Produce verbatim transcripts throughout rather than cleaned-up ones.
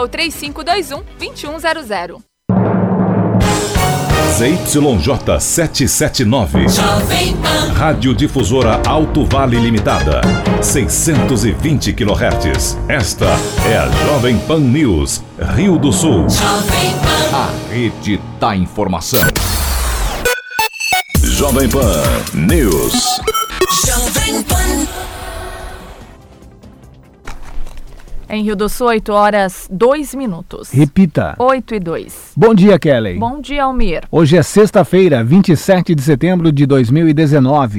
ou três cinco dois um, dois um zero zero. Z Y J setecentos e setenta e nove. Rádio Difusora Alto Vale Limitada. seiscentos e vinte quilohertz. Esta é a Jovem Pan News, Rio do Sul. A rede da informação. Jovem Pan News. Jovem Pan. Em Rio do Sul, oito horas, dois minutos. Repita. oito e dois. Bom dia, Kelly. Bom dia, Almir. Hoje é sexta-feira, vinte e sete de setembro de dois mil e dezenove.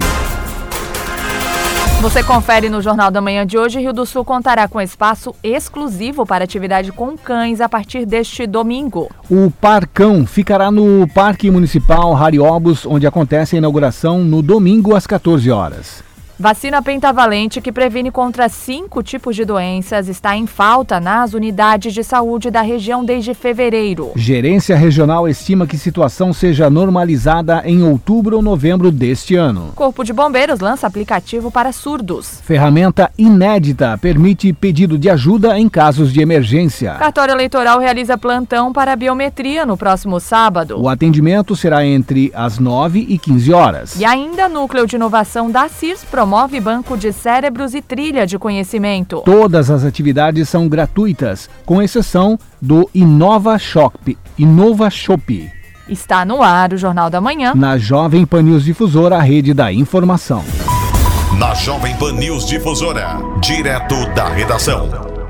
Você confere no Jornal da Manhã de hoje. Rio do Sul contará com espaço exclusivo para atividade com cães a partir deste domingo. O Parcão ficará no Parque Municipal Hariobos, onde acontece a inauguração no domingo às quatorze horas. Vacina pentavalente, que previne contra cinco tipos de doenças, está em falta nas unidades de saúde da região desde fevereiro. Gerência Regional estima que situação seja normalizada em outubro ou novembro deste ano. Corpo de Bombeiros lança aplicativo para surdos. Ferramenta inédita permite pedido de ajuda em casos de emergência. Cartório Eleitoral realiza plantão para biometria no próximo sábado. O atendimento será entre as nove e quinze horas. E ainda, Núcleo de Inovação da C I R S promove banco de cérebros e trilha de conhecimento. Todas as atividades são gratuitas, com exceção do Inova Shop. Inova Shop. Está no ar o Jornal da Manhã. Na Jovem Pan News Difusora, a rede da informação. Na Jovem Pan News Difusora, direto da redação.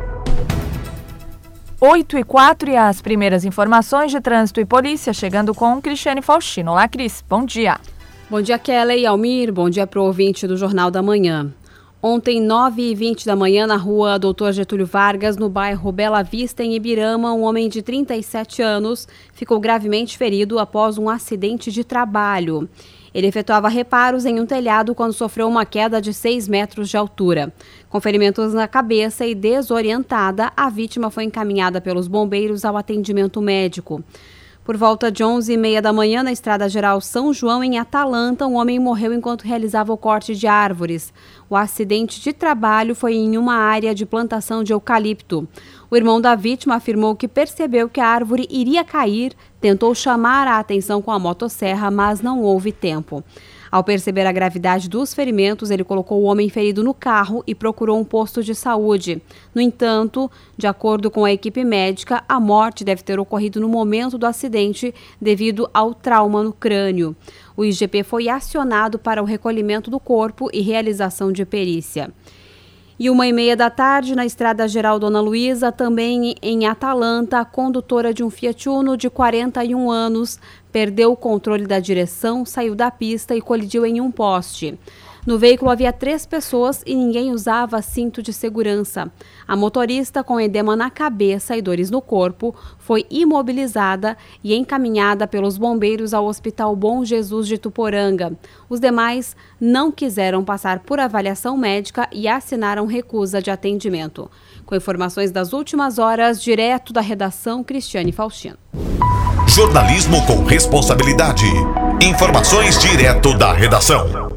oito e quatro e as primeiras informações de trânsito e polícia chegando com Cristiane Faustino. Olá, Cris. Bom dia. Bom dia, Kelly e Almir. Bom dia para o ouvinte do Jornal da Manhã. Ontem, nove e vinte da manhã, na rua doutor Getúlio Vargas, no bairro Bela Vista, em Ibirama, um homem de trinta e sete anos ficou gravemente ferido após um acidente de trabalho. Ele efetuava reparos em um telhado quando sofreu uma queda de seis metros de altura. Com ferimentos na cabeça e desorientada, a vítima foi encaminhada pelos bombeiros ao atendimento médico. Por volta de onze e meia da manhã, na Estrada Geral São João, em Atalanta, um homem morreu enquanto realizava o corte de árvores. O acidente de trabalho foi em uma área de plantação de eucalipto. O irmão da vítima afirmou que percebeu que a árvore iria cair, tentou chamar a atenção com a motosserra, mas não houve tempo. Ao perceber a gravidade dos ferimentos, ele colocou o homem ferido no carro e procurou um posto de saúde. No entanto, de acordo com a equipe médica, a morte deve ter ocorrido no momento do acidente devido ao trauma no crânio. O I G P foi acionado para o recolhimento do corpo e realização de perícia. E uma e meia da tarde, na Estrada Geral Dona Luísa, também em Atalanta, a condutora de um Fiat Uno de quarenta e um anos perdeu o controle da direção, saiu da pista e colidiu em um poste. No veículo havia três pessoas e ninguém usava cinto de segurança. A motorista, com edema na cabeça e dores no corpo, foi imobilizada e encaminhada pelos bombeiros ao Hospital Bom Jesus de Tuporanga. Os demais não quiseram passar por avaliação médica e assinaram recusa de atendimento. Com informações das últimas horas, direto da redação, Cristiane Faustino. Jornalismo com responsabilidade. Informações direto da redação.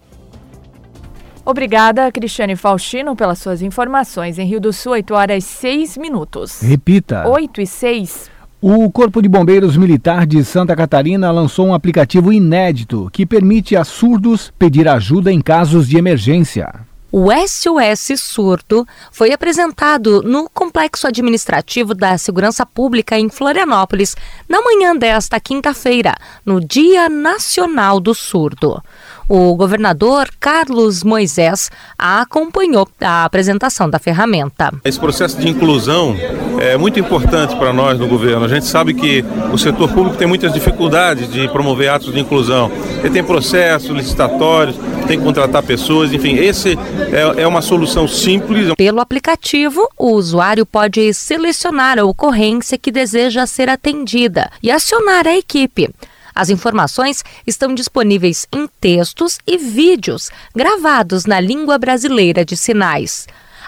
Obrigada, Cristiane Faustino, pelas suas informações. Em Rio do Sul, oito horas e seis minutos. Repita. oito e seis. O Corpo de Bombeiros Militar de Santa Catarina lançou um aplicativo inédito que permite a surdos pedir ajuda em casos de emergência. O S O S Surdo foi apresentado no Complexo Administrativo da Segurança Pública em Florianópolis na manhã desta quinta-feira, no Dia Nacional do Surdo. O governador Carlos Moisés acompanhou a apresentação da ferramenta. Esse processo de inclusão é muito importante para nós no governo. A gente sabe que o setor público tem muitas dificuldades de promover atos de inclusão. Ele tem processos licitatórios, tem que contratar pessoas, enfim, esse é, é uma solução simples. Pelo aplicativo, o usuário pode selecionar a ocorrência que deseja ser atendida e acionar a equipe. As informações estão disponíveis em textos e vídeos gravados na língua brasileira de sinais.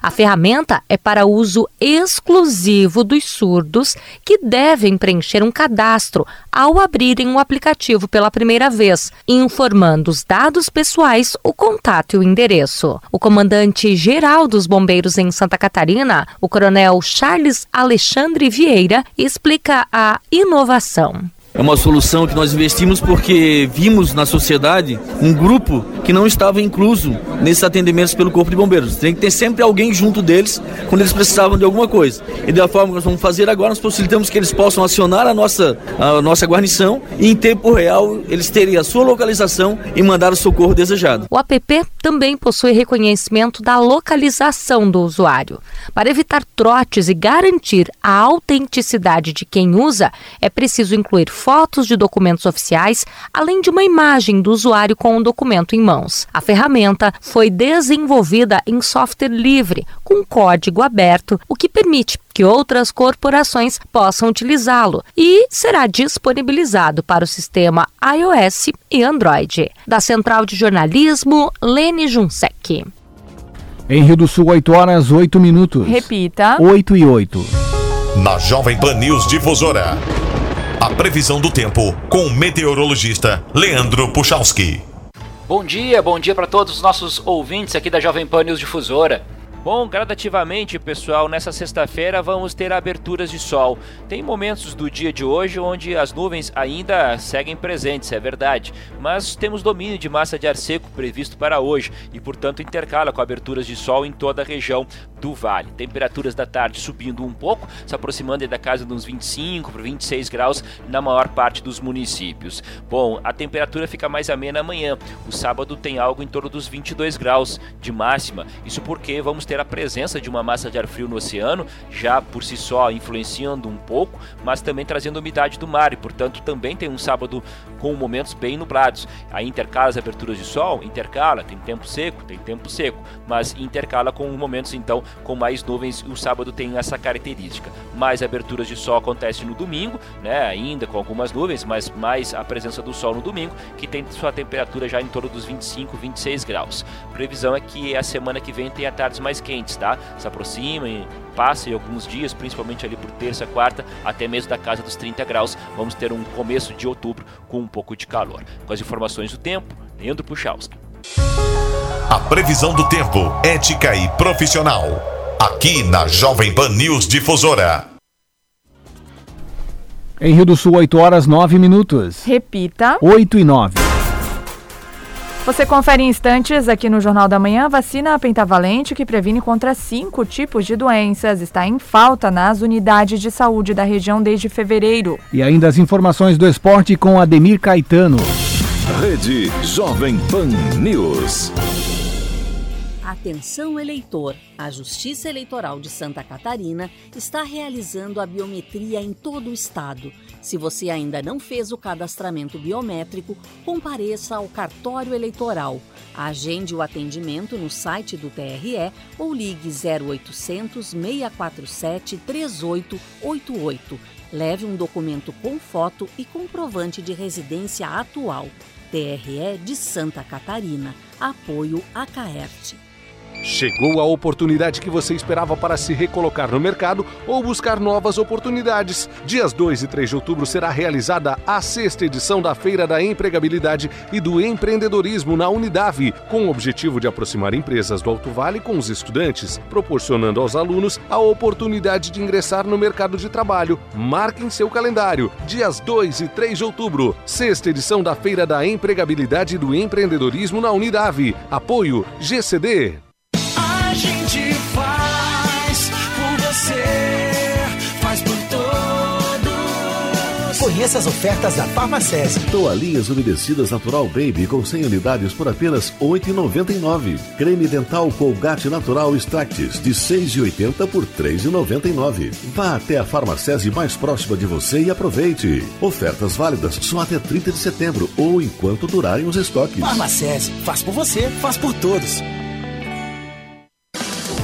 A ferramenta é para uso exclusivo dos surdos que devem preencher um cadastro ao abrirem o aplicativo pela primeira vez, informando os dados pessoais, o contato e o endereço. O comandante-geral dos bombeiros em Santa Catarina, o coronel Charles Alexandre Vieira, explica a inovação. É uma solução que nós investimos porque vimos na sociedade um grupo que não estava incluso nesses atendimentos pelo Corpo de Bombeiros. Tem que ter sempre alguém junto deles quando eles precisavam de alguma coisa. E da forma que nós vamos fazer agora, nós possibilitamos que eles possam acionar a nossa, a nossa guarnição e em tempo real eles terem a sua localização e mandar o socorro desejado. O app também possui reconhecimento da localização do usuário. Para evitar trotes e garantir a autenticidade de quem usa, é preciso incluir fotos de documentos oficiais, além de uma imagem do usuário com o documento em mãos. A ferramenta foi desenvolvida em software livre, com código aberto, o que permite que outras corporações possam utilizá-lo e será disponibilizado para o sistema iOS e Android. Da Central de Jornalismo, Lene Junsec. Em Rio do Sul, oito horas, oito minutos. Repita. oito e oito. Na Jovem Pan News Difusora, a previsão do tempo com o meteorologista Leandro Puchalski. Bom dia, bom dia para todos os nossos ouvintes aqui da Jovem Pan News Difusora. Bom, gradativamente, pessoal, nessa sexta-feira vamos ter aberturas de sol. Tem momentos do dia de hoje onde as nuvens ainda seguem presentes, é verdade, mas temos domínio de massa de ar seco previsto para hoje e, portanto, intercala com aberturas de sol em toda a região do vale. Temperaturas da tarde subindo um pouco, se aproximando da casa de uns vinte e cinco para vinte e seis graus na maior parte dos municípios. Bom, a temperatura fica mais amena amanhã. O sábado tem algo em torno dos vinte e dois graus de máxima. Isso porque vamos ter a presença de uma massa de ar frio no oceano, já por si só influenciando um pouco, mas também trazendo umidade do mar e, portanto, também tem um sábado com momentos bem nublados. Aí intercala as aberturas de sol, intercala, tem tempo seco, tem tempo seco, mas intercala com momentos, então, com mais nuvens. O sábado tem essa característica. Mais aberturas de sol acontecem no domingo, né, ainda com algumas nuvens, mas mais a presença do sol no domingo, que tem sua temperatura já em torno dos vinte e cinco, vinte e seis graus. Previsão é que a semana que vem tenha tardes mais quentes, tá? Se aproxima e passa em alguns dias, principalmente ali por terça, quarta, até mesmo da casa dos trinta graus. Vamos ter um começo de outubro com um pouco de calor. Com as informações do tempo, Leandro Puchalski. A previsão do tempo, ética e profissional. Aqui na Jovem Pan News Difusora. Em Rio do Sul, oito horas, nove minutos. Repita. oito e nove. Você confere em instantes aqui no Jornal da Manhã. Vacina pentavalente que previne contra cinco tipos de doenças está em falta nas unidades de saúde da região desde fevereiro. E ainda as informações do esporte com Ademir Caetano. Rede Jovem Pan News. Atenção eleitor, a Justiça Eleitoral de Santa Catarina está realizando a biometria em todo o estado. Se você ainda não fez o cadastramento biométrico, compareça ao cartório eleitoral. Agende o atendimento no site do T R E ou ligue zero oitocentos, seis quatro sete, três oito oito oito. Leve um documento com foto e comprovante de residência atual. T R E de Santa Catarina. Apoio a CAERT. Chegou a oportunidade que você esperava para se recolocar no mercado ou buscar novas oportunidades. Dias dois e três de outubro será realizada a sexta edição da Feira da Empregabilidade e do Empreendedorismo na Unidave, com o objetivo de aproximar empresas do Alto Vale com os estudantes, proporcionando aos alunos a oportunidade de ingressar no mercado de trabalho. Marque em seu calendário, dias dois e três de outubro, sexta edição da Feira da Empregabilidade e do Empreendedorismo na Unidave. Apoio G C D. A gente faz por você, faz por todos. Conheça as ofertas da Farmacese. Toalhinhas umedecidas Natural Baby com cem unidades por apenas oito reais e noventa e nove centavos. Creme dental Colgate Natural Extractis de seis reais e oitenta centavos por três reais e noventa e nove centavos. Vá até a Farmacese mais próxima de você e aproveite. Ofertas válidas só até trinta de setembro ou enquanto durarem os estoques. Farmacese, faz por você, faz por todos.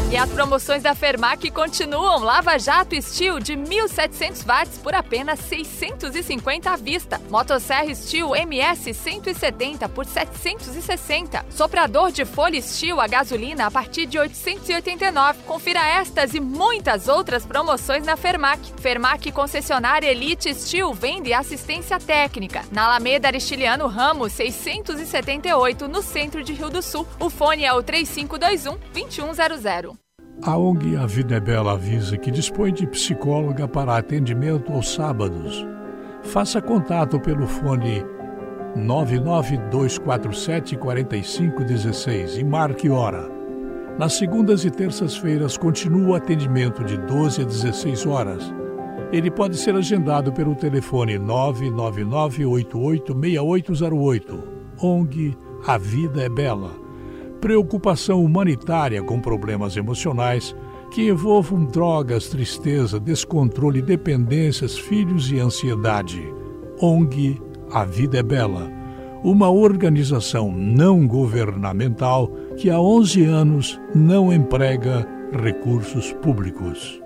E as promoções da Fermac continuam. Lava Jato Steel de mil e setecentos watts por apenas seiscentos e cinquenta à vista. Motosserra Steel M S cento e setenta por setecentos e sessenta. Soprador de folha Steel a gasolina a partir de oitocentos e oitenta e nove. Confira estas e muitas outras promoções na Fermac. Fermac concessionária Elite Steel, venda e assistência técnica. Na Alameda Aristiliano Ramos seiscentos e setenta e oito, no centro de Rio do Sul. O fone é o três cinco dois um, dois um zero zero. A O N G A Vida é Bela avisa que dispõe de psicóloga para atendimento aos sábados. Faça contato pelo fone nove nove dois quatro sete, quatro cinco um seis e marque hora. Nas segundas e terças-feiras continua o atendimento de doze a dezesseis horas. Ele pode ser agendado pelo telefone nove nove nove oito oito seis oito zero oito. O N G A Vida é Bela. Preocupação humanitária com problemas emocionais que envolvam drogas, tristeza, descontrole, dependências, filhos e ansiedade. O N G A Vida é Bela, uma organização não governamental que há onze anos não emprega recursos públicos.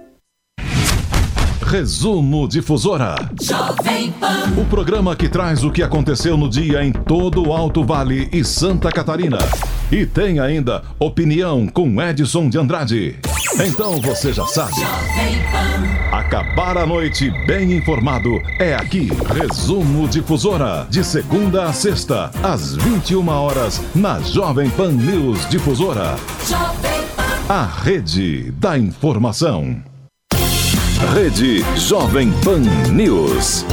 Resumo Difusora. Jovem Pan. O programa que traz o que aconteceu no dia em todo o Alto Vale e Santa Catarina. E tem ainda opinião com Edson de Andrade. Então você já sabe. Acabar a noite bem informado é aqui. Resumo Difusora. De segunda a sexta, às vinte e uma horas, na Jovem Pan News Difusora. A rede da informação. Rede Jovem Pan News.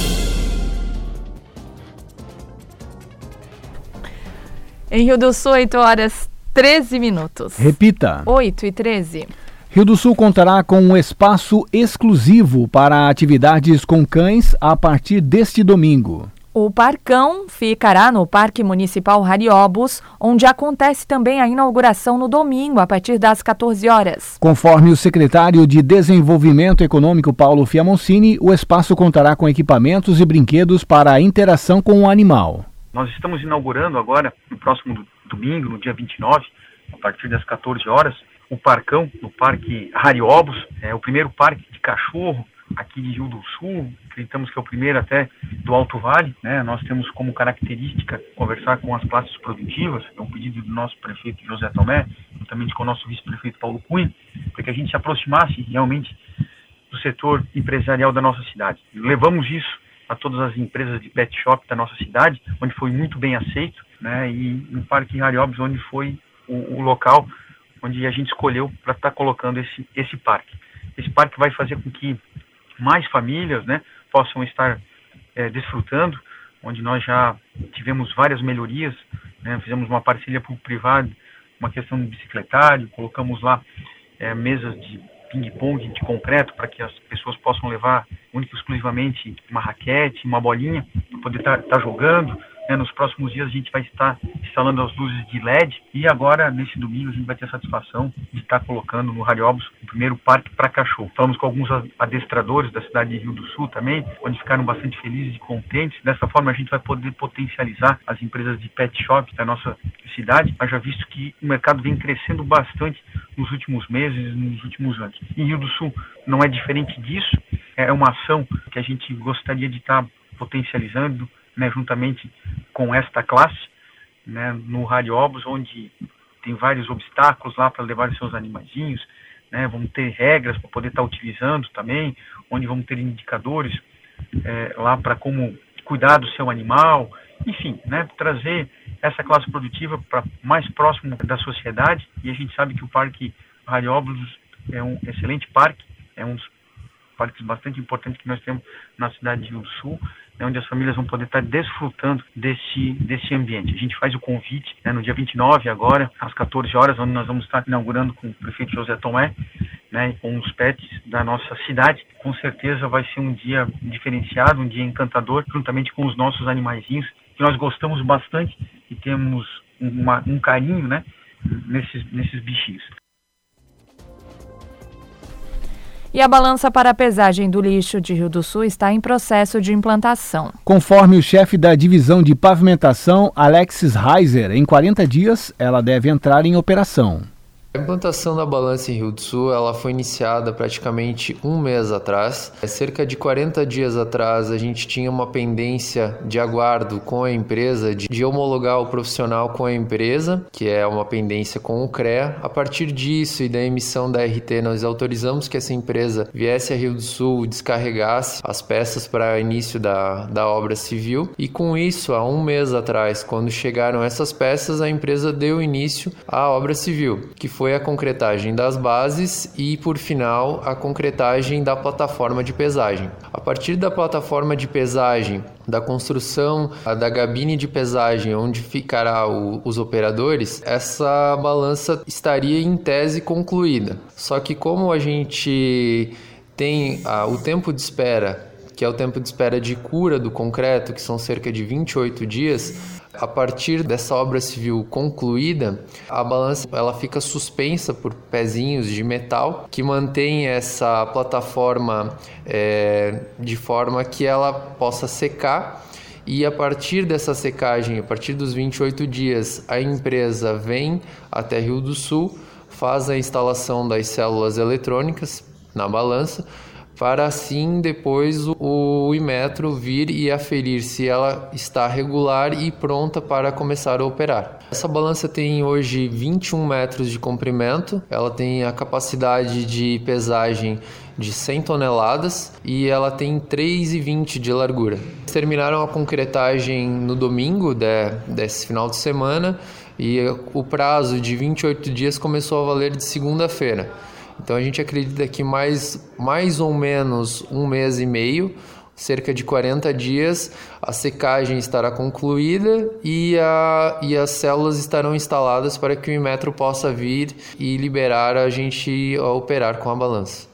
Em Rio do Sul, oito horas treze minutos. Repita. oito e treze. Rio do Sul contará com um espaço exclusivo para atividades com cães a partir deste domingo. O Parcão ficará no Parque Municipal Hariobos, onde acontece também a inauguração no domingo, a partir das quatorze horas. Conforme o secretário de Desenvolvimento Econômico, Paulo Fiamoncini, o espaço contará com equipamentos e brinquedos para a interação com o animal. Nós estamos inaugurando agora, no próximo domingo, no dia vinte e nove, a partir das quatorze horas, o Parcão, no Parque Hariobos, é o primeiro parque de cachorro aqui de Rio do Sul. Acreditamos que é o primeiro até do Alto Vale, né? Nós temos como característica conversar com as classes produtivas, é um pedido do nosso prefeito José Tomé, juntamente com o nosso vice-prefeito Paulo Cunha, para que a gente se aproximasse realmente do setor empresarial da nossa cidade. Levamos isso a todas as empresas de pet shop da nossa cidade, onde foi muito bem aceito, né? E no Parque Hariobos, onde foi o, o local onde a gente escolheu para estar tá colocando esse, esse parque. Esse parque vai fazer com que mais famílias, né, possam estar é, desfrutando, onde nós já tivemos várias melhorias, né? Fizemos uma parceria público-privada, uma questão de bicicletário, colocamos lá é, mesas de ping-pong de concreto para que as pessoas possam levar única e exclusivamente uma raquete, uma bolinha, para poder estar tá, tá jogando. É, nos próximos dias a gente vai estar instalando as luzes de L E D e agora, nesse domingo, a gente vai ter a satisfação de estar colocando no Hariobos o primeiro parque para cachorro. Falamos com alguns adestradores da cidade de Rio do Sul também, onde ficaram bastante felizes e contentes. Dessa forma, a gente vai poder potencializar as empresas de pet shop da nossa cidade, haja visto que o mercado vem crescendo bastante nos últimos meses, nos últimos anos. Em Rio do Sul não é diferente disso, é uma ação que a gente gostaria de estar potencializando, né, juntamente com esta classe, né, no Hariobos, onde tem vários obstáculos lá para levar os seus animaizinhos, né, vamos ter regras para poder estar utilizando também, onde vamos ter indicadores é, lá para como cuidar do seu animal, enfim, né, trazer essa classe produtiva para mais próximo da sociedade. E a gente sabe que o Parque Hariobos é um excelente parque, é um dos parques bastante importantes que nós temos na cidade de Rio do Sul, né, onde as famílias vão poder estar desfrutando desse, desse ambiente. A gente faz o convite, né, no dia vinte e nove agora, às quatorze horas, onde nós vamos estar inaugurando com o prefeito José Tomé, né, com os pets da nossa cidade. Com certeza vai ser um dia diferenciado, um dia encantador, juntamente com os nossos animaizinhos, que nós gostamos bastante e temos uma, um carinho, né, nesses, nesses bichinhos. E a balança para a pesagem do lixo de Rio do Sul está em processo de implantação. Conforme o chefe da divisão de pavimentação, Alexis Reiser, em quarenta dias ela deve entrar em operação. A implantação da balança em Rio do Sul ela foi iniciada praticamente um mês atrás. Cerca de quarenta dias atrás a gente tinha uma pendência de aguardo com a empresa, de, de homologar o profissional com a empresa, que é uma pendência com o C R E A. A partir disso e da emissão da R T, nós autorizamos que essa empresa viesse a Rio do Sul e descarregasse as peças para início da, da obra civil. E com isso, há um mês atrás, quando chegaram essas peças, a empresa deu início à obra civil, que foi a concretagem das bases e, por final, a concretagem da plataforma de pesagem. A partir da plataforma de pesagem, da construção da cabine de pesagem onde ficará o, os operadores, essa balança estaria em tese concluída. Só que como a gente tem ah, o tempo de espera, que é o tempo de espera de cura do concreto, que são cerca de vinte e oito dias, a partir dessa obra civil concluída, a balança ela fica suspensa por pezinhos de metal que mantém essa plataforma é, de forma que ela possa secar. E a partir dessa secagem, a partir dos vinte e oito dias, a empresa vem até Rio do Sul, faz a instalação das células eletrônicas na balança, para assim depois o, o Inmetro vir e aferir se ela está regular e pronta para começar a operar. Essa balança tem hoje vinte e um metros de comprimento, ela tem a capacidade de pesagem de cem toneladas e ela tem três e vinte de largura. Terminaram a concretagem no domingo de, desse final de semana e o prazo de vinte e oito dias começou a valer de segunda-feira. Então a gente acredita que mais, mais ou menos um mês e meio, cerca de quarenta dias, a secagem estará concluída e, a, e as células estarão instaladas para que o Inmetro possa vir e liberar a gente a operar com a balança.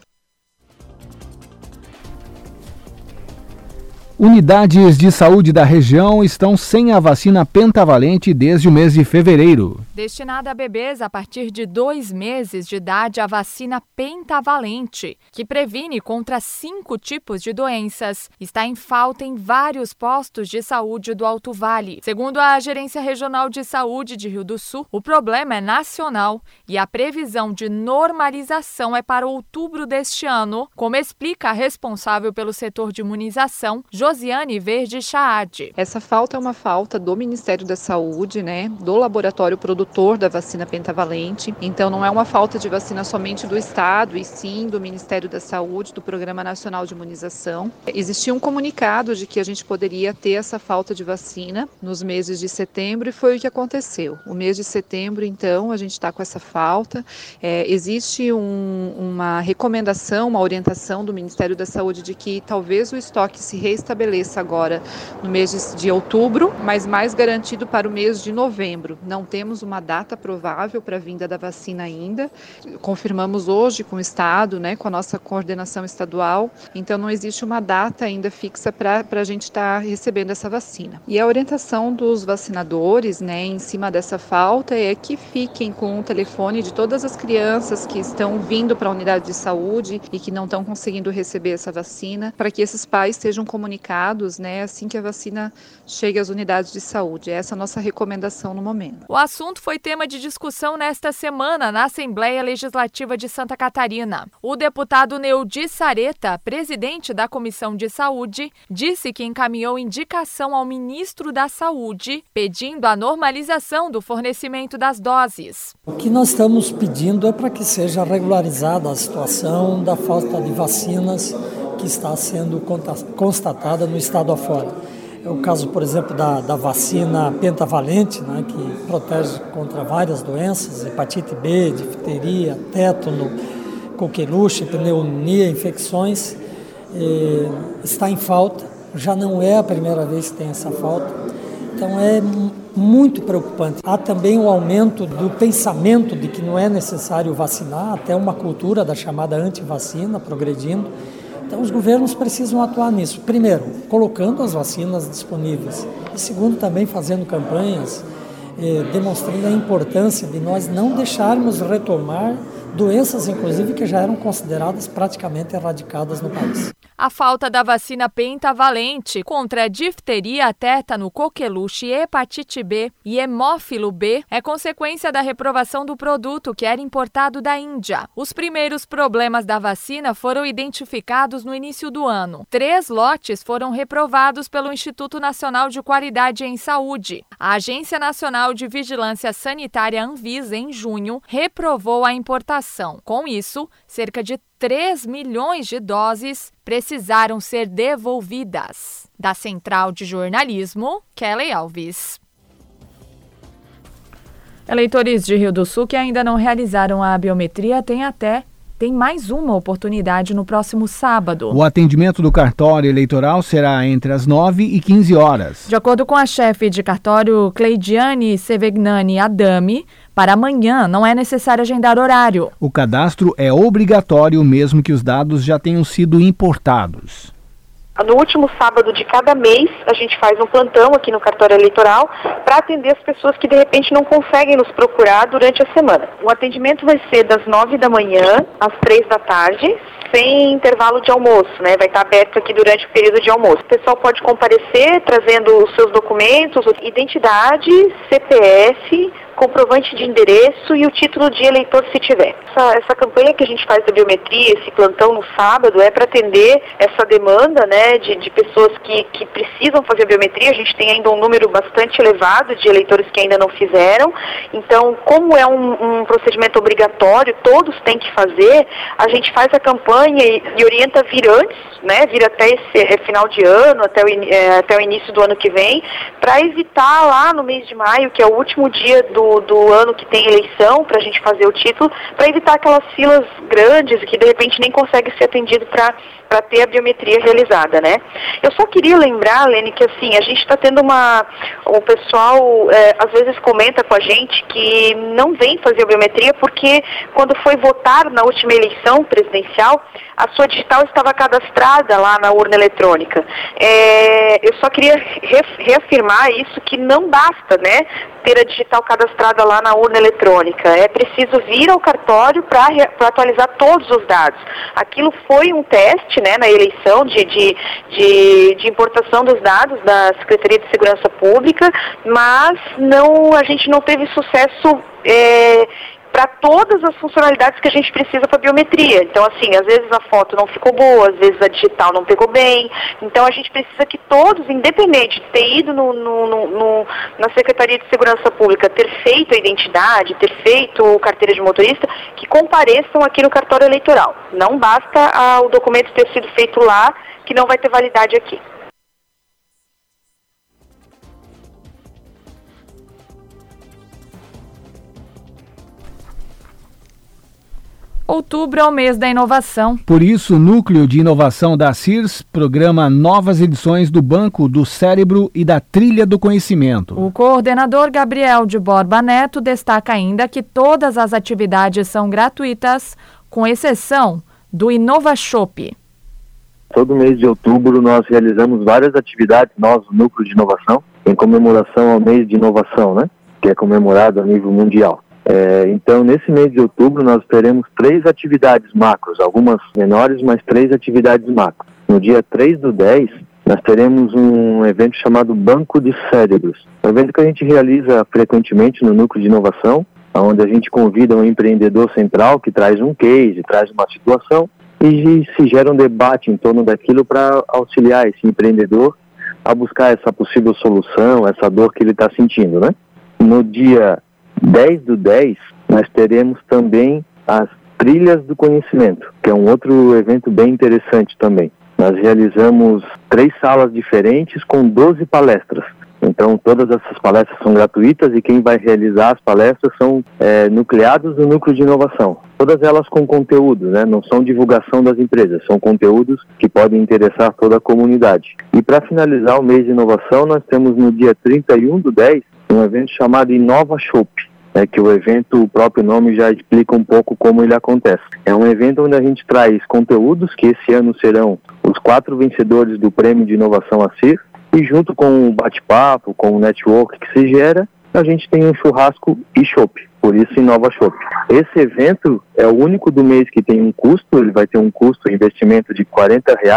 Unidades de saúde da região estão sem a vacina pentavalente desde o mês de fevereiro. Destinada a bebês a partir de dois meses de idade, a vacina pentavalente, que previne contra cinco tipos de doenças, está em falta em vários postos de saúde do Alto Vale. Segundo a Gerência Regional de Saúde de Rio do Sul, o problema é nacional e a previsão de normalização é para outubro deste ano, como explica a responsável pelo setor de imunização, Josiane Verde Chaad. Essa falta é uma falta do Ministério da Saúde, né, do laboratório produtor da vacina pentavalente. Então não é uma falta de vacina somente do Estado, e sim do Ministério da Saúde, do Programa Nacional de Imunização. Existia um comunicado de que a gente poderia ter essa falta de vacina nos meses de setembro e foi o que aconteceu. O mês de setembro, então, a gente está com essa falta. É, existe um, uma recomendação, uma orientação do Ministério da Saúde de que talvez o estoque se reestabeleça agora no mês de, de outubro, mas mais garantido para o mês de novembro. Não temos uma data provável para a vinda da vacina ainda. Confirmamos hoje com o Estado, né, com a nossa coordenação estadual, então não existe uma data ainda fixa para a gente estar tá recebendo essa vacina. E a orientação dos vacinadores, né, em cima dessa falta é que fiquem com o telefone de todas as crianças que estão vindo para a unidade de saúde e que não estão conseguindo receber essa vacina, para que esses pais sejam comunicados, né, assim que a vacina chegue às unidades de saúde. Essa é a nossa recomendação no momento. O assunto foi tema de discussão nesta semana na Assembleia Legislativa de Santa Catarina. O deputado Neudi Sareta, presidente da Comissão de Saúde, disse que encaminhou indicação ao ministro da Saúde, pedindo a normalização do fornecimento das doses. O que nós estamos pedindo é para que seja regularizada a situação da falta de vacinas que está sendo constatada no estado afora. É o caso, por exemplo, da, da vacina pentavalente, né, que protege contra várias doenças, hepatite B, difteria, tétano, coqueluche, pneumonia, infecções, eh, está em falta. Já não é a primeira vez que tem essa falta. Então é muito preocupante. Há também o aumento do pensamento de que não é necessário vacinar, até uma cultura da chamada antivacina progredindo. Então, os governos precisam atuar nisso. Primeiro, colocando as vacinas disponíveis. E segundo, também fazendo campanhas, eh, demonstrando a importância de nós não deixarmos retomar doenças, inclusive, que já eram consideradas praticamente erradicadas no país. A falta da vacina pentavalente contra difteria, tétano, coqueluche, hepatite B e hemófilo B é consequência da reprovação do produto, que era importado da Índia. Os primeiros problemas da vacina foram identificados no início do ano. Três lotes foram reprovados pelo Instituto Nacional de Qualidade em Saúde. A Agência Nacional de Vigilância Sanitária Anvisa, em junho, reprovou a importação. Com isso, cerca de três milhões de doses precisaram ser devolvidas. Da Central de Jornalismo, Kelly Alves. Eleitores de Rio do Sul que ainda não realizaram a biometria têm até tem mais uma oportunidade no próximo sábado. O atendimento do cartório eleitoral será entre as nove e quinze horas. De acordo com a chefe de cartório, Cleidiane Sevegnani Adami, para amanhã não é necessário agendar horário. O cadastro é obrigatório mesmo que os dados já tenham sido importados. No último sábado de cada mês, a gente faz um plantão aqui no cartório eleitoral para atender as pessoas que de repente não conseguem nos procurar durante a semana. O atendimento vai ser das nove da manhã às três da tarde, sem intervalo de almoço, né? Vai estar aberto aqui durante o período de almoço. O pessoal pode comparecer trazendo os seus documentos, identidade, C P F, comprovante de endereço e o título de eleitor se tiver. Essa, essa campanha que a gente faz da biometria, esse plantão no sábado, é para atender essa demanda, né, de, de pessoas que, que precisam fazer a biometria. A gente tem ainda um número bastante elevado de eleitores que ainda não fizeram. Então, como é um, um procedimento obrigatório, todos têm que fazer, a gente faz a campanha e, e orienta a vir antes, né, vir até esse é, final de ano, até o, é, até o início do ano que vem, para evitar lá no mês de maio, que é o último dia do Do, do ano que tem eleição, para a gente fazer o título, para evitar aquelas filas grandes que de repente nem consegue ser atendido para para ter a biometria realizada, né? Eu só queria lembrar, Lene, que assim, a gente está tendo uma... O pessoal é, às vezes comenta com a gente que não vem fazer a biometria porque quando foi votar na última eleição presidencial, a sua digital estava cadastrada lá na urna eletrônica. É, eu só queria reafirmar isso, que não basta, né, ter a digital cadastrada lá na urna eletrônica. É preciso vir ao cartório para atualizar todos os dados. Aquilo foi um teste, né, na eleição de, de, de, de importação dos dados da Secretaria de Segurança Pública, mas não, a gente não teve sucesso é, para todas as funcionalidades que a gente precisa para biometria. Então, assim, às vezes a foto não ficou boa, às vezes a digital não pegou bem. Então, a gente precisa que todos, independente de ter ido no, no, no, no, na Secretaria de Segurança Pública, ter feito a identidade, ter feito carteira de motorista, que compareçam aqui no cartório eleitoral. Não basta ah, o documento ter sido feito lá, que não vai ter validade aqui. Outubro é o mês da inovação. Por isso, o Núcleo de Inovação da C I R S programa novas edições do Banco do Cérebro e da Trilha do Conhecimento. O coordenador Gabriel de Borba Neto destaca ainda que todas as atividades são gratuitas, com exceção do InovaShop. Todo mês de outubro nós realizamos várias atividades, nós, o Núcleo de Inovação, em comemoração ao mês de inovação, né? Que é comemorado a nível mundial. É, então, nesse mês de outubro, nós teremos três atividades macros, algumas menores, mas três atividades macros. No dia três do dez, nós teremos um evento chamado Banco de Cérebros. Um evento que a gente realiza frequentemente no Núcleo de Inovação, onde a gente convida um empreendedor central que traz um case, traz uma situação, e se gera um debate em torno daquilo para auxiliar esse empreendedor a buscar essa possível solução, essa dor que ele está sentindo, né? No dia dez do dez, nós teremos também as Trilhas do Conhecimento, que é um outro evento bem interessante também. Nós realizamos três salas diferentes com doze palestras. Então, todas essas palestras são gratuitas e quem vai realizar as palestras são é, nucleados do Núcleo de Inovação. Todas elas com conteúdo, né? Não são divulgação das empresas, são conteúdos que podem interessar toda a comunidade. E para finalizar o mês de inovação, nós temos no dia trinta e um do dez, um evento chamado InovaShop. É que o evento, o próprio nome já explica um pouco como ele acontece. É um evento onde a gente traz conteúdos que esse ano serão os quatro vencedores do Prêmio de Inovação A C I R, e junto com o bate-papo, com o network que se gera, a gente tem um churrasco e chopp, por isso InovaShop. Esse evento é o único do mês que tem um custo, ele vai ter um custo, um investimento de quarenta reais,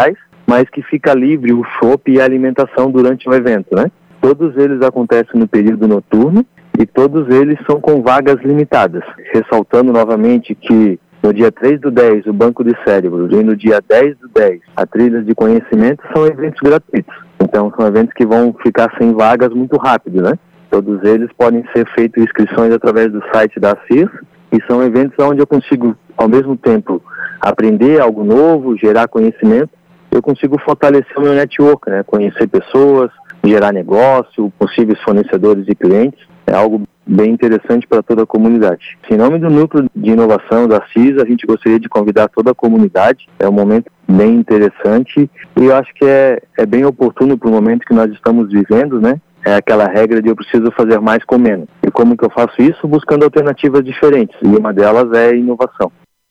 mas que fica livre o chopp e a alimentação durante o evento, né? Todos eles acontecem no período noturno e todos eles são com vagas limitadas. Ressaltando novamente que no dia três do dez, o Banco de Cérebros, e no dia dez do dez, a Trilhas de Conhecimento, são eventos gratuitos. Então, são eventos que vão ficar sem vagas muito rápido, né? Todos eles podem ser feitas inscrições através do site da CIS, e são eventos onde eu consigo, ao mesmo tempo, aprender algo novo, gerar conhecimento, eu consigo fortalecer o meu network, né? Conhecer pessoas, gerar negócio, possíveis fornecedores e clientes. É algo bem interessante para toda a comunidade. Em nome do Núcleo de Inovação da C I S, a gente gostaria de convidar toda a comunidade. É um momento bem interessante e eu acho que é, é bem oportuno para o momento que nós estamos vivendo, né? É aquela regra de eu preciso fazer mais com menos. E como que eu faço isso? Buscando alternativas diferentes. E uma delas é a inovação.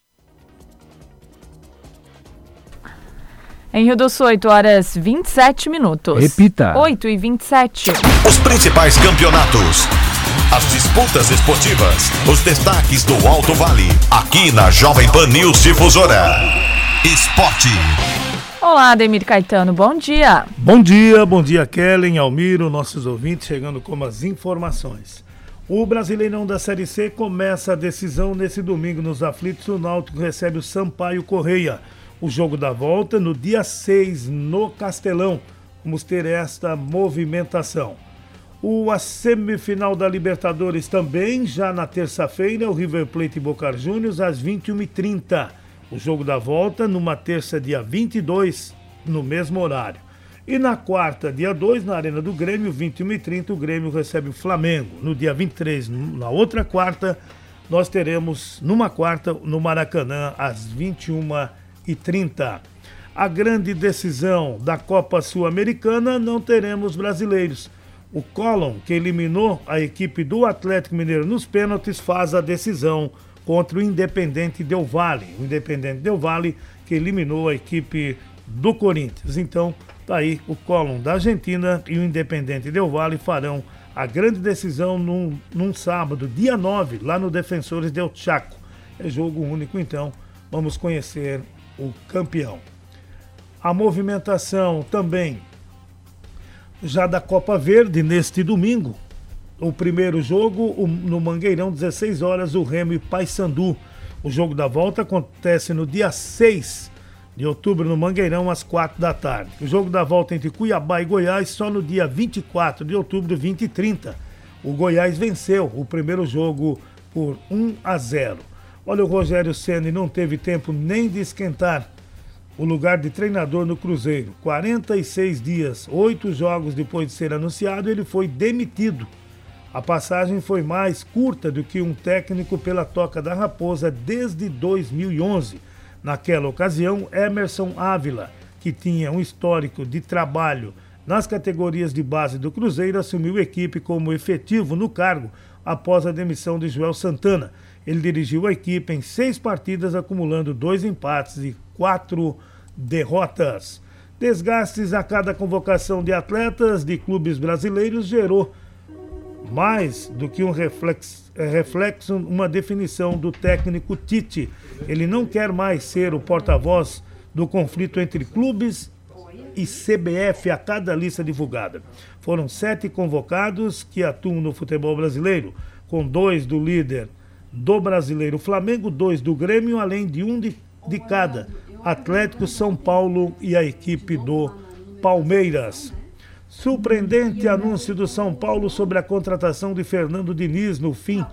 Em Rio do Sul, oito horas e vinte e sete minutos. Repita. oito e vinte e sete. Os principais campeonatos, as disputas esportivas, os destaques do Alto Vale, aqui na Jovem Pan News Difusora. Esporte. Olá, Ademir Caetano, bom dia. Bom dia, bom dia, Kellen, Almiro, nossos ouvintes, chegando com as informações. O Brasileirão da Série C começa a decisão nesse domingo nos aflitos. O Náutico recebe o Sampaio Correia. O jogo da volta no dia seis no Castelão. Vamos ter esta movimentação. O, a semifinal da Libertadores também, já na terça-feira, o River Plate e Boca Juniors às vinte e uma e trinta. O jogo da volta numa terça, dia vinte e dois, no mesmo horário. E na quarta, dia dois, na Arena do Grêmio, vinte e uma e trinta, o Grêmio recebe o Flamengo. No dia vinte e três, na outra quarta, nós teremos, numa quarta, no Maracanã, às vinte e uma e trinta. A grande decisão da Copa Sul-Americana, não teremos brasileiros. O Colón, que eliminou a equipe do Atlético Mineiro nos pênaltis, faz a decisão contra o Independente Del Valle. O Independente Del Valle que eliminou a equipe do Corinthians. Então, tá aí o Colón da Argentina e o Independente Del Valle farão a grande decisão num, num sábado, dia nove, lá no Defensores del Chaco. É jogo único, então vamos conhecer o campeão. A movimentação também já da Copa Verde neste domingo. O primeiro jogo o, no Mangueirão, dezesseis horas, o Remo e Paysandu. O jogo da volta acontece no dia seis de outubro no Mangueirão, às quatro da tarde. O jogo da volta entre Cuiabá e Goiás só no dia vinte e quatro de outubro, vinte e trinta. O Goiás venceu o primeiro jogo por um a zero. Olha, o Rogério Ceni não teve tempo nem de esquentar o lugar de treinador no Cruzeiro. quarenta e seis dias, oito jogos depois de ser anunciado, ele foi demitido. A passagem foi mais curta do que um técnico pela Toca da Raposa desde dois mil e onze. Naquela ocasião, Emerson Ávila, que tinha um histórico de trabalho nas categorias de base do Cruzeiro, assumiu a equipe como efetivo no cargo após a demissão de Joel Santana. Ele dirigiu a equipe em seis partidas, acumulando dois empates e quatro derrotas. Desgastes a cada convocação de atletas de clubes brasileiros gerou mais do que um reflexo, reflexo, uma definição do técnico Tite. Ele não quer mais ser o porta-voz do conflito entre clubes e C B F a cada lista divulgada. Foram sete convocados que atuam no futebol brasileiro, com dois do líder do Brasileiro Flamengo, dois do Grêmio, além de um de, de cada, Atlético, São Paulo e a equipe do Palmeiras. Surpreendente anúncio do São Paulo sobre a contratação de Fernando Diniz no fim.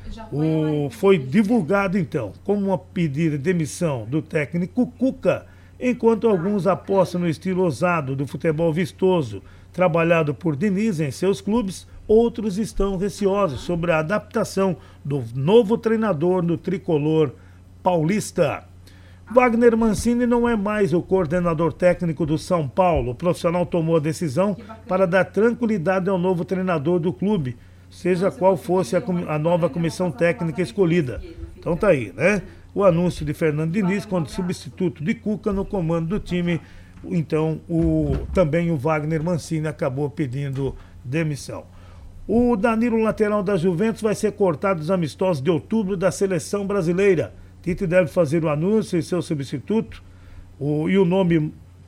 O, foi divulgado então como uma pedida de demissão do técnico Cuca, enquanto alguns apostam no estilo ousado do futebol vistoso trabalhado por Diniz em seus clubes, outros estão receosos sobre a adaptação do novo treinador no tricolor paulista. Wagner Mancini não é mais o coordenador técnico do São Paulo. O profissional tomou a decisão para dar tranquilidade ao novo treinador do clube, seja qual fosse a, a nova comissão técnica escolhida. Então tá aí, né? O anúncio de Fernando Diniz como substituto de Cuca no comando do time. Então, o, também o Wagner Mancini acabou pedindo demissão. O Danilo, lateral da Juventus, vai ser cortado dos amistosos de outubro da seleção brasileira. Tite deve fazer o anúncio e seu substituto. O, e o nome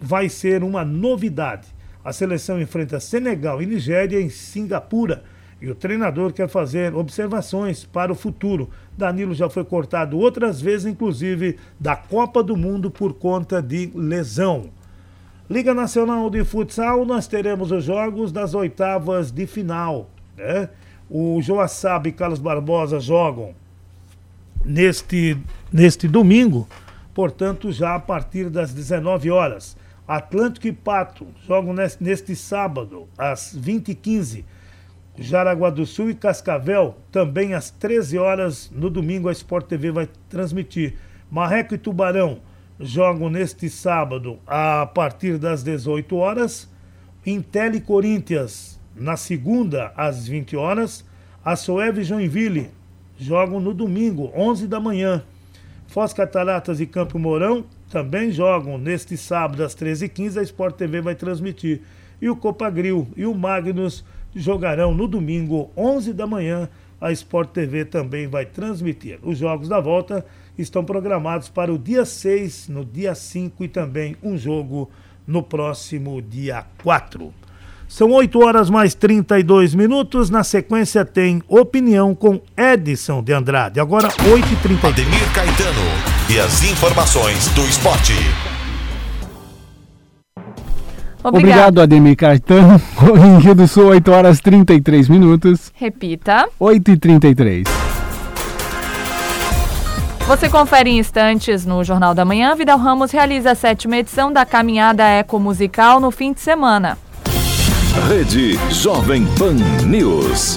vai ser uma novidade. A seleção enfrenta Senegal e Nigéria em Singapura e o treinador quer fazer observações para o futuro. Danilo já foi cortado outras vezes, inclusive da Copa do Mundo por conta de lesão. Liga Nacional de Futsal, nós teremos os jogos das oitavas de final, né? O Joaçaba e Carlos Barbosa jogam neste, neste domingo, portanto já a partir das dezenove horas. Atlântico e Pato jogam neste, neste sábado, às vinte e quinze. Jaraguá do Sul e Cascavel, também às treze horas, no domingo a Sport T V vai transmitir. Marreco e Tubarão jogam neste sábado, a partir das dezoito horas. Intel e Corinthians, na segunda, às vinte horas. A Soev e Joinville jogam no domingo, onze da manhã. Foz Cataratas e Campo Mourão também jogam neste sábado às treze e quinze, a Sport T V vai transmitir. E o Copagril e o Magnus jogarão no domingo, onze da manhã, a Sport T V também vai transmitir. Os jogos da volta estão programados para o dia seis, no dia cinco e também um jogo no próximo dia quatro. São oito horas mais trinta e dois minutos. Na sequência tem Opinião com Edson de Andrade. Agora oito e trinta e dois. Ademir Caetano e as informações do esporte. Obrigado, Obrigado Ademir Caetano. Em Rio do Sul, oito horas e trinta e três minutos. Repita. oito e trinta e três. Você confere em instantes no Jornal da Manhã. Vidal Ramos realiza a sétima edição da Caminhada Ecomusical no fim de semana. Rede Jovem Pan News.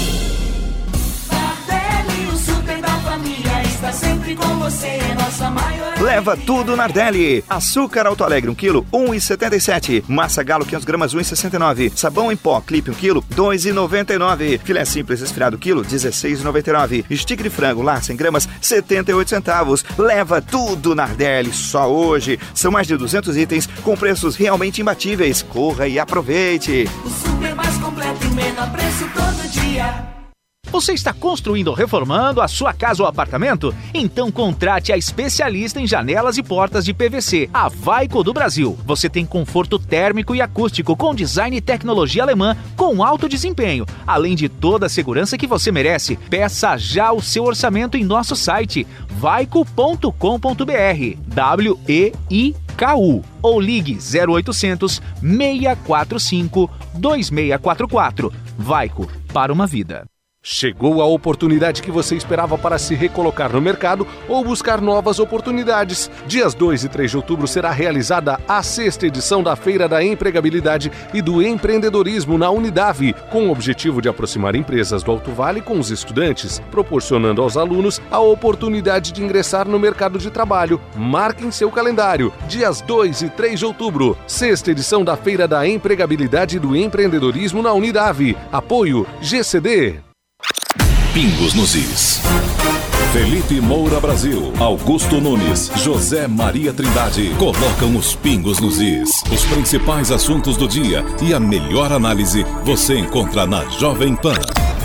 Nardelli, o super da família, está sempre com você, nossa maior... Leva tudo Nardelli. Açúcar Alto Alegre um quilo, um real e setenta e sete centavos. Massa Galo quinhentas gramas, um real e sessenta e nove centavos. Sabão em pó Clipe um quilo, dois reais e noventa e nove centavos. Filé simples resfriado quilo, dezesseis reais e noventa e nove centavos. Stick de frango Lar cem gramas, setenta e oito centavos. Leva tudo Nardelli, só hoje. São mais de duzentos itens com preços realmente imbatíveis. Corra e aproveite. O super mais completo e menor preço todo dia. Você está construindo ou reformando a sua casa ou apartamento? Então contrate a especialista em janelas e portas de P V C, a Vaico do Brasil. Você tem conforto térmico e acústico com design e tecnologia alemã com alto desempenho, além de toda a segurança que você merece. Peça já o seu orçamento em nosso site vaico ponto com ponto br, W E I K U, ou ligue zero oitocentos, seis quatro cinco, dois seis quatro quatro. Vaico, para uma vida. Chegou a oportunidade que você esperava para se recolocar no mercado ou buscar novas oportunidades. Dias dois e três de outubro será realizada a sexta edição da Feira da Empregabilidade e do Empreendedorismo na Unidave, com o objetivo de aproximar empresas do Alto Vale com os estudantes, proporcionando aos alunos a oportunidade de ingressar no mercado de trabalho. Marque em seu calendário, dias dois e três de outubro, sexta edição da Feira da Empregabilidade e do Empreendedorismo na Unidave. Apoio G C D. Pingos nos Is. Felipe Moura Brasil, Augusto Nunes, José Maria Trindade colocam os pingos nos is. Os principais assuntos do dia e a melhor análise você encontra na Jovem Pan.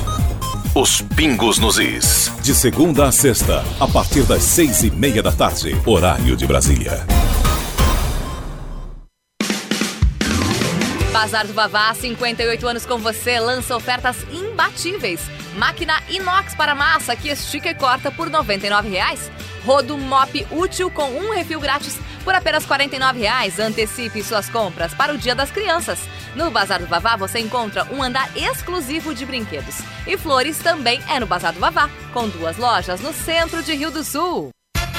Os Pingos nos Is. De segunda a sexta, a partir das seis e meia da tarde, horário de Brasília. Bazar do Vavá, cinquenta e oito anos com você, lança ofertas imbatíveis. Máquina inox para massa que estica e corta por noventa e nove reais. Rodo mop útil com um refil grátis por apenas quarenta e nove reais. Antecipe suas compras para o Dia das Crianças. No Bazar do Vavá você encontra um andar exclusivo de brinquedos. E flores também é no Bazar do Vavá, com duas lojas no centro de Rio do Sul.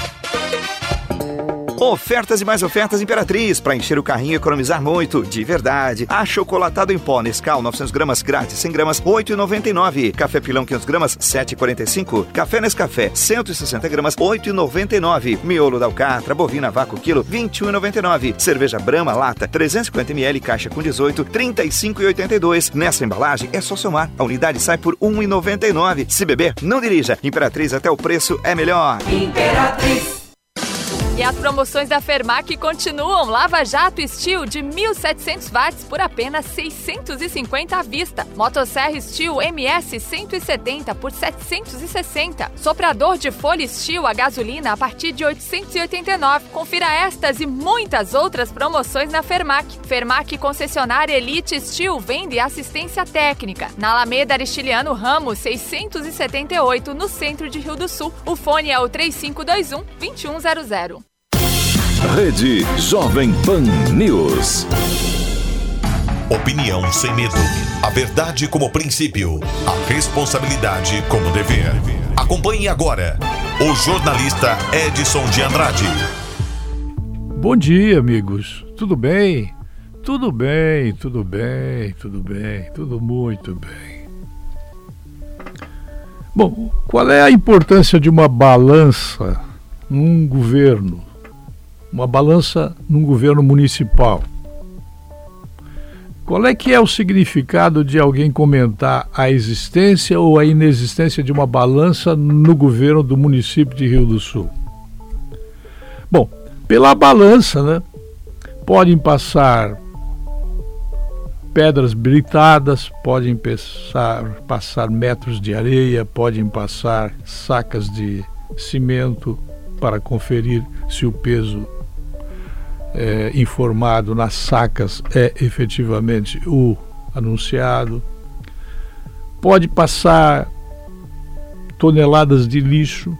Ofertas e mais ofertas Imperatriz, para encher o carrinho e economizar muito, de verdade. Achocolatado em pó Nescau, novecentas gramas, grátis, cem gramas, oito reais e noventa e nove centavos. Café Pilão, quinhentas gramas, sete reais e quarenta e cinco centavos. Café Nescafé, cento e sessenta gramas, oito reais e noventa e nove centavos. Miolo da Alcatra, bovina vácuo, quilo, vinte e um reais e noventa e nove centavos. Cerveja Brahma, lata, trezentos e cinquenta mililitros, caixa com dezoito, trinta e cinco reais e oitenta e dois centavos. Nessa embalagem é só somar. A unidade sai por um real e noventa e nove centavos. Se beber, não dirija. Imperatriz, até o preço é melhor. Imperatriz. E as promoções da Fermac continuam. Lava Jato Steel de mil e setecentos watts por apenas seiscentos e cinquenta à vista. Motosserra Steel M S cento e setenta por setecentos e sessenta. Soprador de folha Steel a gasolina a partir de oitocentos e oitenta e nove. Confira estas e muitas outras promoções na Fermac. Fermac concessionária Elite Steel vende assistência técnica. Na Alameda Aristiliano Ramos seiscentos e setenta e oito, no centro de Rio do Sul. O fone é o três cinco dois um, dois um zero zero. Rede Jovem Pan News. Opinião sem medo. A verdade como princípio. A responsabilidade como dever. Acompanhe agora o jornalista Edson de Andrade. Bom dia, amigos. Tudo bem? Tudo bem, tudo bem, tudo bem, tudo muito bem. Bom, qual é a importância de uma balança num governo? Uma balança num governo municipal? Qual é que é o significado de alguém comentar a existência ou a inexistência de uma balança no governo do município de Rio do Sul? Bom, pela balança, né, podem passar pedras britadas, podem passar, passar metros de areia, podem passar sacas de cimento para conferir se o peso é, informado nas sacas é efetivamente o anunciado. Pode passar toneladas de lixo,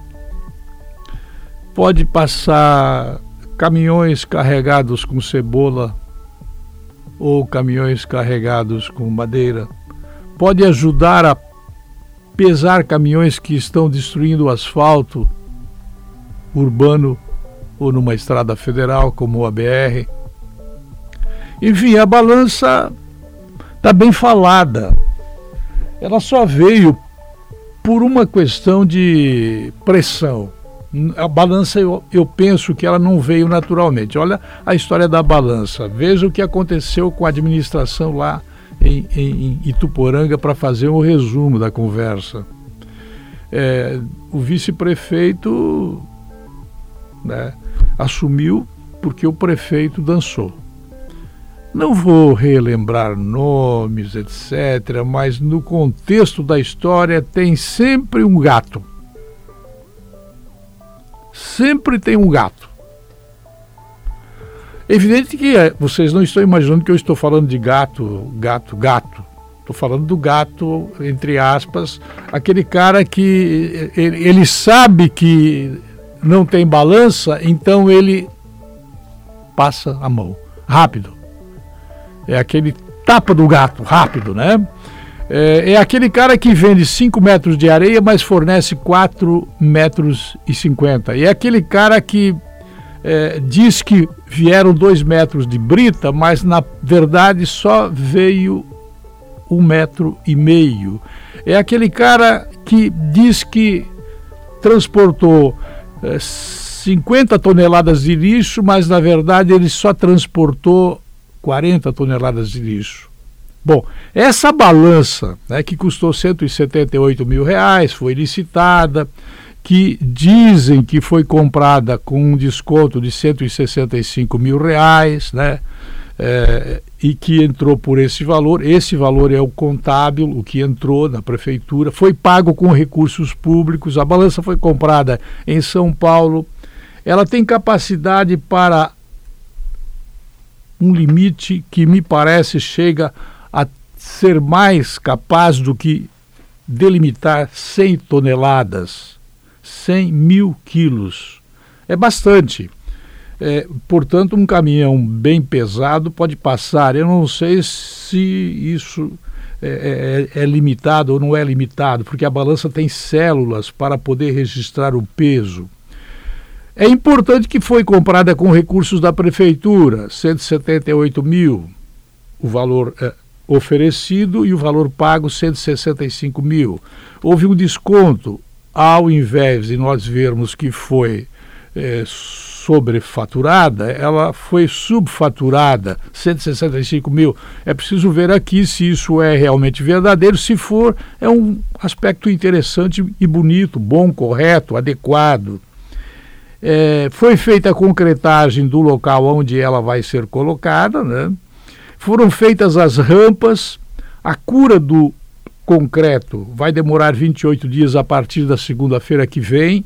pode passar caminhões carregados com cebola ou caminhões carregados com madeira, pode ajudar a pesar caminhões que estão destruindo o asfalto urbano ou numa estrada federal como a B R. Enfim, a balança está bem falada. Ela só veio por uma questão de pressão. A balança, eu, eu penso que ela não veio naturalmente. Olha a história da balança. Veja o que aconteceu com a administração lá em, em, em Ituporanga, para fazer um resumo da conversa. É, o vice-prefeito, né, assumiu porque o prefeito dançou. Não vou relembrar nomes, etcétera, mas no contexto da história tem sempre um gato. Sempre tem um gato. É evidente que é, vocês não estão imaginando que eu estou falando de gato, gato, gato. Estou falando do gato, entre aspas, aquele cara que ele, ele sabe que não tem balança, então ele passa a mão, rápido. É aquele tapa do gato, rápido, né? É, é aquele cara que vende cinco metros de areia, mas fornece quatro metros e cinquenta. E é aquele cara que é, diz que vieram dois metros de brita, mas na verdade só veio um metro e meio. É aquele cara que diz que transportou é, cinquenta toneladas de lixo, mas na verdade ele só transportou quarenta toneladas de lixo. Bom, essa balança, né, que custou cento e setenta e oito mil reais, foi licitada, que dizem que foi comprada com um desconto de cento e sessenta e cinco mil reais, né, é, e que entrou por esse valor. Esse valor é o contábil, o que entrou na prefeitura, foi pago com recursos públicos. A balança foi comprada em São Paulo. Ela tem capacidade para um limite que me parece chega a ser mais capaz do que delimitar cem toneladas, cem mil quilos. É bastante. É, portanto, um caminhão bem pesado pode passar. Eu não sei se isso é, é, é limitado ou não é limitado, porque a balança tem células para poder registrar o peso. É importante que foi comprada com recursos da prefeitura, cento e setenta e oito mil, o valor é, oferecido, e o valor pago cento e sessenta e cinco mil. Houve um desconto, ao invés de nós vermos que foi é, sobrefaturada, ela foi subfaturada, cento e sessenta e cinco mil. É preciso ver aqui se isso é realmente verdadeiro. Se for, é um aspecto interessante e bonito, bom, correto, adequado. É, foi feita a concretagem do local onde ela vai ser colocada, né? Foram feitas as rampas, a cura do concreto vai demorar vinte e oito dias a partir da segunda-feira que vem.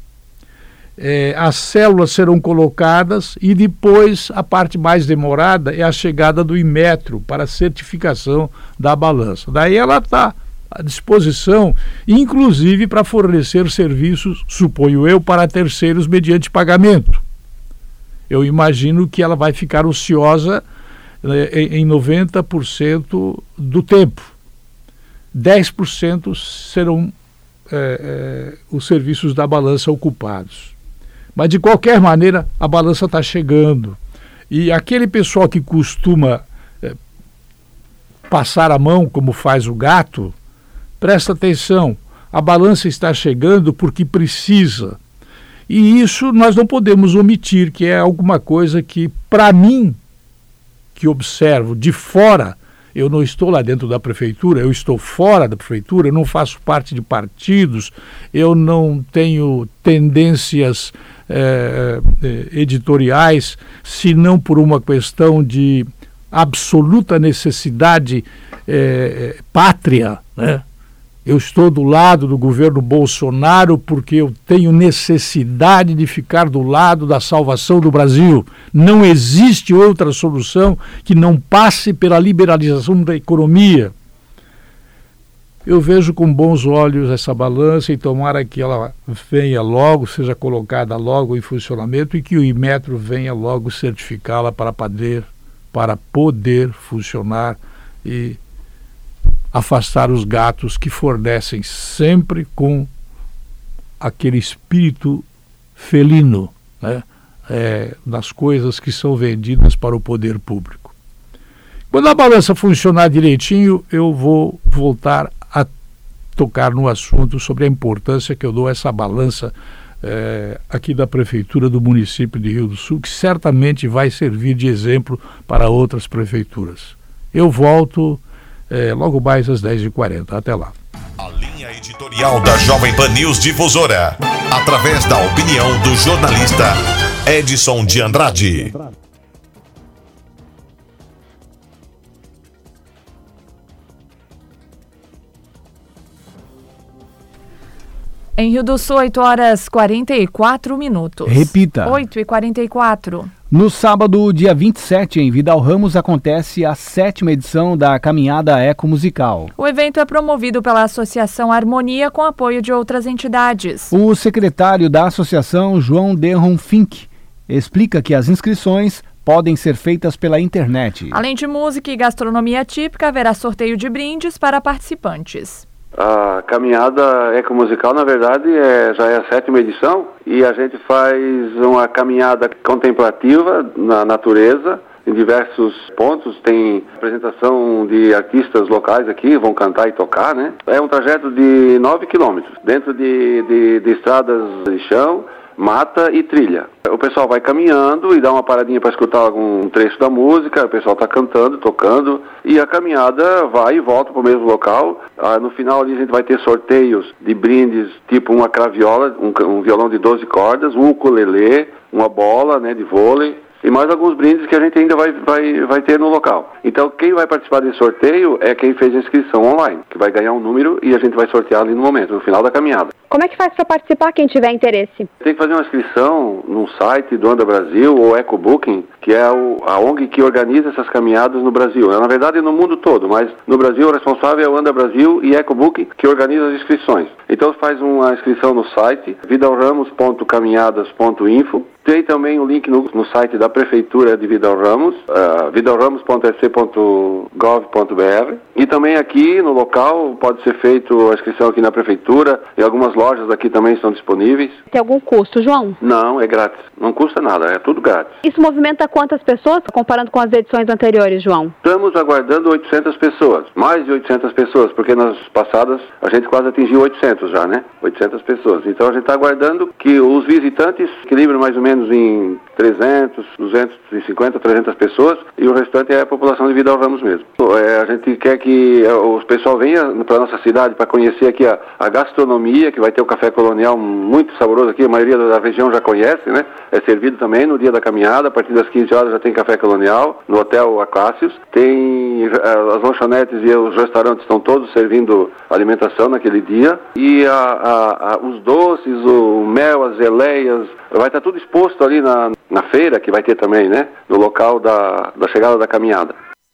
É, as células serão colocadas e depois a parte mais demorada é a chegada do Inmetro para a certificação da balança. Daí ela está à disposição, inclusive para fornecer serviços, suponho eu, para terceiros mediante pagamento. Eu imagino que ela vai ficar ociosa eh, em noventa por cento do tempo. dez por cento serão eh, eh, os serviços da balança ocupados. Mas, de qualquer maneira, a balança está chegando. E aquele pessoal que costuma eh, passar a mão, como faz o gato, presta atenção, a balança está chegando porque precisa. E isso nós não podemos omitir, que é alguma coisa que, para mim, que observo de fora, eu não estou lá dentro da prefeitura, eu estou fora da prefeitura, eu não faço parte de partidos, eu não tenho tendências eh, editoriais, senão por uma questão de absoluta necessidade eh, pátria, né? Eu estou do lado do governo Bolsonaro porque eu tenho necessidade de ficar do lado da salvação do Brasil. Não existe outra solução que não passe pela liberalização da economia. Eu vejo com bons olhos essa balança e tomara que ela venha logo, seja colocada logo em funcionamento e que o Inmetro venha logo certificá-la para poder, para poder funcionar e afastar os gatos que fornecem sempre com aquele espírito felino, né? É, nas coisas que são vendidas para o poder público. Quando a balança funcionar direitinho, eu vou voltar a tocar no assunto sobre a importância que eu dou a essa balança é, aqui da Prefeitura do município de Rio do Sul, que certamente vai servir de exemplo para outras prefeituras. Eu volto É, logo mais às dez e quarenta. Até lá. A linha editorial da Jovem Pan News Difusora, através da opinião do jornalista Edson de Andrade. Em Rio do Sul, oito horas e quarenta e quatro minutos. Repita. oito e quarenta e quatro. No sábado, dia vinte e sete, em Vidal Ramos, acontece a sétima edição da Caminhada Eco Musical. O evento é promovido pela Associação Harmonia com apoio de outras entidades. O secretário da associação, João Derron Fink, explica que as inscrições podem ser feitas pela internet. Além de música e gastronomia típica, haverá sorteio de brindes para participantes. A caminhada ecomusical, na verdade, é, já é a sétima edição e a gente faz uma caminhada contemplativa na natureza, em diversos pontos. Tem apresentação de artistas locais aqui, vão cantar e tocar, né? É um trajeto de nove quilômetros, dentro de, de, de estradas de chão, mata e trilha. O pessoal vai caminhando e dá uma paradinha para escutar algum trecho da música, o pessoal está cantando, tocando, e a caminhada vai e volta para o mesmo local. Ah, no final ali a gente vai ter sorteios de brindes, tipo uma craviola, um, um violão de doze cordas, um ukulele, uma bola, né, de vôlei, e mais alguns brindes que a gente ainda vai, vai, vai ter no local. Então quem vai participar desse sorteio é quem fez a inscrição online, que vai ganhar um número e a gente vai sortear ali no momento, no final da caminhada. Como é que faz para participar quem tiver interesse? Tem que fazer uma inscrição no site do Anda Brasil ou EcoBooking, que é o, a O N G que organiza essas caminhadas no Brasil. Na verdade, no mundo todo, mas no Brasil o responsável é o Anda Brasil e EcoBooking, que organiza as inscrições. Então faz uma inscrição no site vidalramos ponto caminhadas ponto info. Tem também um link no, no site da Prefeitura de Vidal Ramos, uh, vidalramos ponto s c ponto gov ponto b r. E também aqui no local pode ser feito a inscrição aqui na Prefeitura, e algumas lojas aqui também estão disponíveis. Tem algum custo, João? Não, é grátis. Não custa nada, é tudo grátis. Isso movimenta quantas pessoas, comparando com as edições anteriores, João? Estamos aguardando oitocentas pessoas, mais de oitocentas pessoas, porque nas passadas a gente quase atingiu oitocentas já, né? oitocentas pessoas. Então a gente está aguardando que os visitantes equilibrem mais ou menos menos em trezentos, duzentos e cinquenta, trezentas pessoas, e o restante é a população de Vidal Ramos mesmo. É, a gente quer que o pessoal venha para nossa cidade para conhecer aqui a, a gastronomia, que vai ter o café colonial muito saboroso aqui, a maioria da região já conhece, né? É servido também no dia da caminhada, a partir das quinze horas já tem café colonial, no Hotel Acácios. Tem as lanchonetes e os restaurantes estão todos servindo alimentação naquele dia, e a, a, a, os doces, o mel, as geleias, vai estar tudo exposto ali na, na feira, que vai ter também, né? No local da, da chegada da caminhada.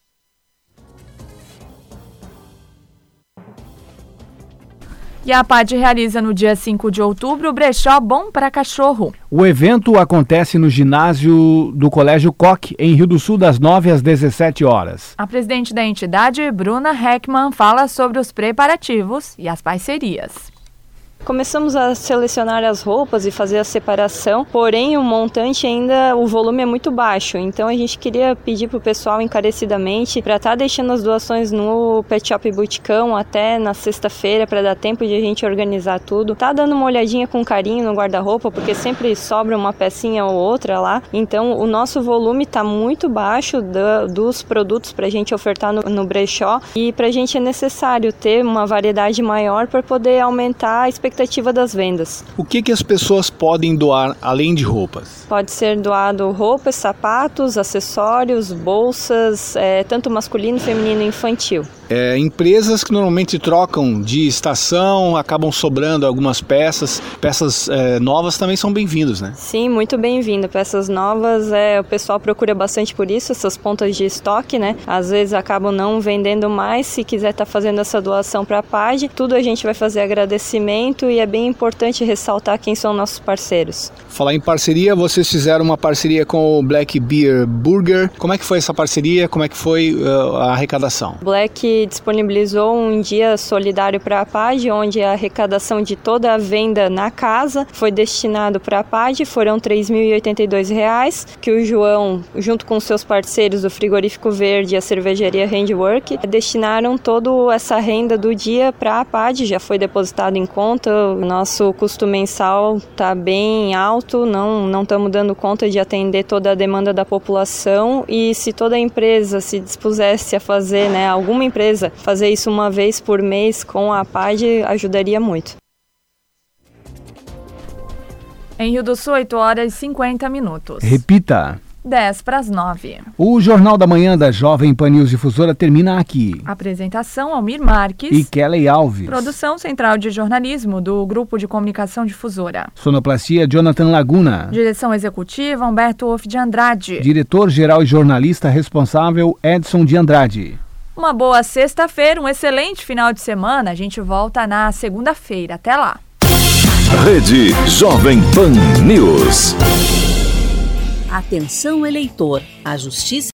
E a P A D realiza no dia cinco de outubro o brechó Bom para Cachorro. O evento acontece no ginásio do Colégio Coque, em Rio do Sul, das nove às dezessete horas. A presidente da entidade, Bruna Heckman, fala sobre os preparativos e as parcerias. Começamos a selecionar as roupas e fazer a separação, porém o montante ainda, o volume é muito baixo, então a gente queria pedir para o pessoal encarecidamente para estar tá deixando as doações no Pet Shop Buticão até na sexta-feira, para dar tempo de a gente organizar tudo. Tá dando uma olhadinha com carinho no guarda-roupa, porque sempre sobra uma pecinha ou outra lá, então o nosso volume está muito baixo do, dos produtos para a gente ofertar no, no brechó, e para a gente é necessário ter uma variedade maior para poder aumentar a expectativa expectativa das vendas. O que, que as pessoas podem doar além de roupas? Pode ser doado roupas, sapatos, acessórios, bolsas, é, tanto masculino, feminino e infantil. É, empresas que normalmente trocam de estação, acabam sobrando algumas peças. Peças é, novas também são bem-vindos, né? Sim, muito bem-vindo. Peças novas, é, o pessoal procura bastante por isso, essas pontas de estoque, né? Às vezes acabam não vendendo mais. Se quiser estar tá fazendo essa doação para a P A D, tudo a gente vai fazer agradecimento, e é bem importante ressaltar quem são nossos parceiros. Falar em parceria, vocês fizeram uma parceria com o Black Beer Burger. Como é que foi essa parceria? Como é que foi uh, a arrecadação? Black disponibilizou um dia solidário para a P A D, onde a arrecadação de toda a venda na casa foi destinado para a P A D, foram três mil e oitenta e dois reais, que o João, junto com seus parceiros do Frigorífico Verde e a cervejaria Handwork, destinaram toda essa renda do dia para a P A D, já foi depositado em conta. O nosso custo mensal está bem alto, não não estamos dando conta de atender toda a demanda da população, e se toda a empresa se dispusesse a fazer, né, alguma empresa, fazer isso uma vez por mês com a P A D, ajudaria muito. Em Rio do Sul, oito horas e cinquenta minutos. Repita. dez para as nove. O Jornal da Manhã da Jovem Pan News Difusora termina aqui. Apresentação: Almir Marques e Kelly Alves. Produção central de jornalismo do Grupo de Comunicação Difusora. Sonoplastia: Jonathan Laguna. Direção executiva: Humberto Wolff de Andrade. Diretor-geral e jornalista responsável: Edson de Andrade. Uma boa sexta-feira, um excelente final de semana. A gente volta na segunda-feira. Até lá. Rede Jovem Pan News. Atenção, eleitor. A Justiça